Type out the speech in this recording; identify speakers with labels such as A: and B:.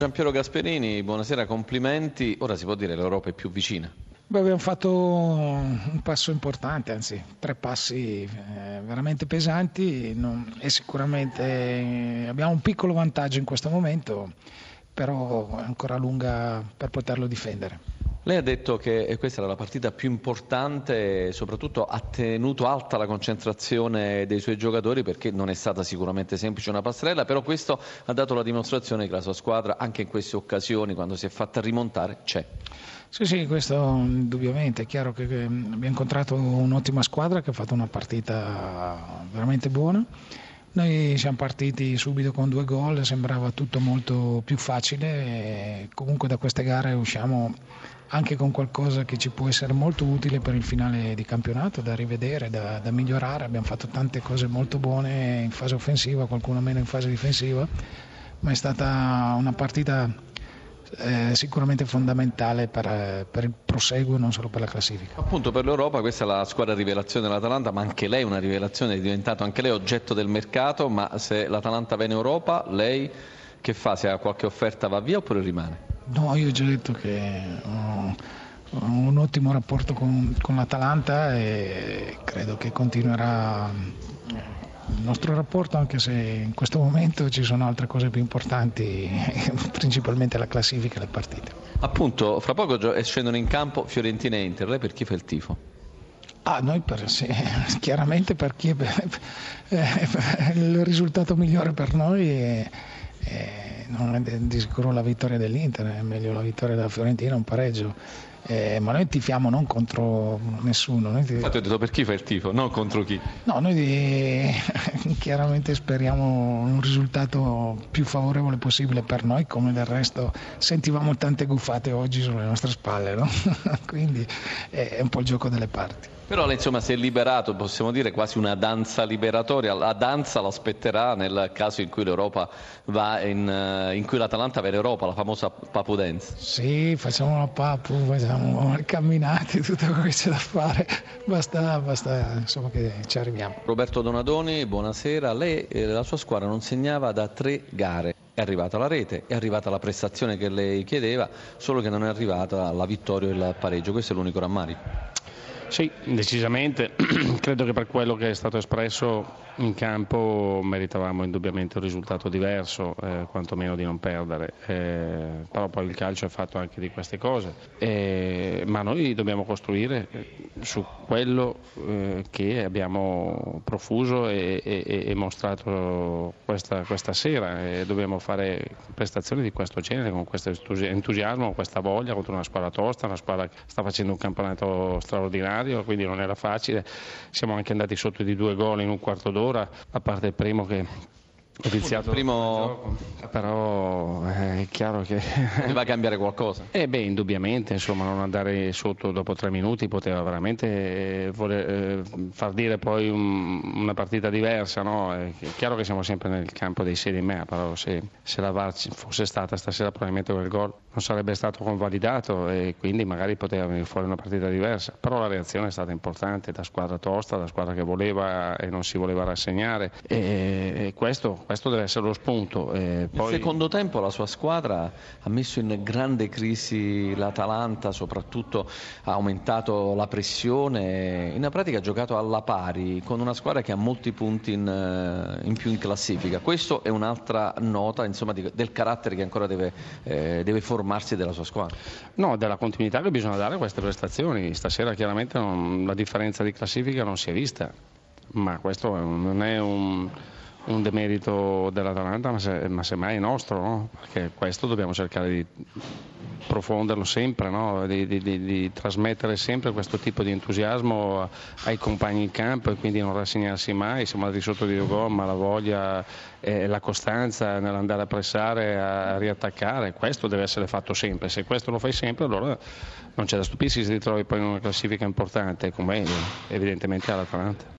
A: Giampiero Gasperini, buonasera, complimenti. Ora si può dire che l'Europa è più vicina.
B: Beh, abbiamo fatto un passo importante, anzi 3 passi veramente pesanti e sicuramente abbiamo un piccolo vantaggio in questo momento, però è ancora lunga per poterlo difendere.
A: Lei ha detto che questa era la partita più importante e soprattutto ha tenuto alta la concentrazione dei suoi giocatori perché non è stata sicuramente semplice una passerella, però questo ha dato la dimostrazione che la sua squadra anche in queste occasioni, quando si è fatta rimontare, c'è.
B: Sì, questo indubbiamente. È chiaro che abbiamo incontrato un'ottima squadra che ha fatto una partita veramente buona. Noi siamo partiti subito con 2 gol, sembrava tutto molto più facile e comunque da queste gare usciamo anche con qualcosa che ci può essere molto utile per il finale di campionato, da rivedere, da migliorare. Abbiamo fatto tante cose molto buone in fase offensiva, qualcuno meno in fase difensiva, ma è stata una partita sicuramente fondamentale per il proseguo, non solo per la classifica.
A: Appunto per l'Europa questa è la squadra rivelazione dell'Atalanta, ma anche lei è una rivelazione, è diventato anche lei oggetto del mercato, ma se l'Atalanta va in Europa, lei che fa? Se ha qualche offerta va via oppure rimane?
B: No, io ho già detto che ho un ottimo rapporto con l'Atalanta e credo che continuerà il nostro rapporto, anche se in questo momento ci sono altre cose più importanti, principalmente la classifica e le partite.
A: Appunto, fra poco scendono in campo Fiorentina e Inter, lei per chi fa il tifo?
B: Noi chiaramente per chi il risultato migliore per noi non è di sicuro la vittoria dell'Inter, è meglio la vittoria della Fiorentina, un pareggio. Ma noi tifiamo non contro nessuno.
A: Infatti ho detto per chi fa il tifo, non contro chi.
B: No, noi chiaramente speriamo un risultato più favorevole possibile per noi, come del resto sentivamo tante guffate oggi sulle nostre spalle, no? Quindi è un po' il gioco delle parti.
A: Però lei insomma si è liberato, possiamo dire quasi una danza liberatoria, la danza l'aspetterà nel caso in cui l'Europa in cui l'Atalanta va in Europa, la famosa Papu Dance.
B: Sì, facciamo la Papu, facciamo le camminate, tutto quello che c'è da fare, basta insomma che ci arriviamo.
A: Roberto Donadoni, buonasera, lei la sua squadra non segnava da 3 gare. È arrivata la rete, è arrivata la prestazione che lei chiedeva, solo che non è arrivata la vittoria o il pareggio, questo è l'unico rammarico.
C: Sì, decisamente, credo che per quello che è stato espresso in campo meritavamo indubbiamente un risultato diverso, quantomeno di non perdere, però poi il calcio è fatto anche di queste cose, ma noi dobbiamo costruire su quello che abbiamo profuso e mostrato questa sera, e dobbiamo fare prestazioni di questo genere, con questo entusiasmo, con questa voglia contro una squadra tosta, una squadra che sta facendo un campionato straordinario, quindi non era facile. Siamo anche andati sotto di 2 gol in un quarto d'ora, a parte il primo che è viziato il gioco, però è chiaro che
A: poteva cambiare qualcosa.
C: Indubbiamente, insomma, non andare sotto dopo 3 minuti poteva veramente far dire poi una partita diversa, no? È chiaro che siamo sempre nel campo dei seri me, però se la VAR fosse stata stasera probabilmente quel gol non sarebbe stato convalidato e quindi magari poteva venire fuori una partita diversa, però la reazione è stata importante da squadra tosta, da squadra che voleva e non si voleva rassegnare, e questo deve essere lo spunto. Poi...
A: Nel secondo tempo la sua squadra ha messo in grande crisi l'Atalanta, soprattutto ha aumentato la pressione, in pratica ha giocato alla pari con una squadra che ha molti punti in più in classifica. Questo è un'altra nota, insomma, del carattere che ancora deve formarsi della sua squadra.
C: No, della continuità che bisogna dare a queste prestazioni. Stasera chiaramente la differenza di classifica non si è vista, ma questo non è un demerito dell'Atalanta, ma semmai è nostro, no? Perché questo dobbiamo cercare di profonderlo sempre, no? di trasmettere sempre questo tipo di entusiasmo ai compagni in campo e quindi non rassegnarsi mai. Siamo andati sotto di 2 gol, ma la voglia e la costanza nell'andare a pressare, a riattaccare, questo deve essere fatto sempre. Se questo lo fai sempre, allora non c'è da stupirsi se ti trovi poi in una classifica importante come evidentemente all'Atalanta.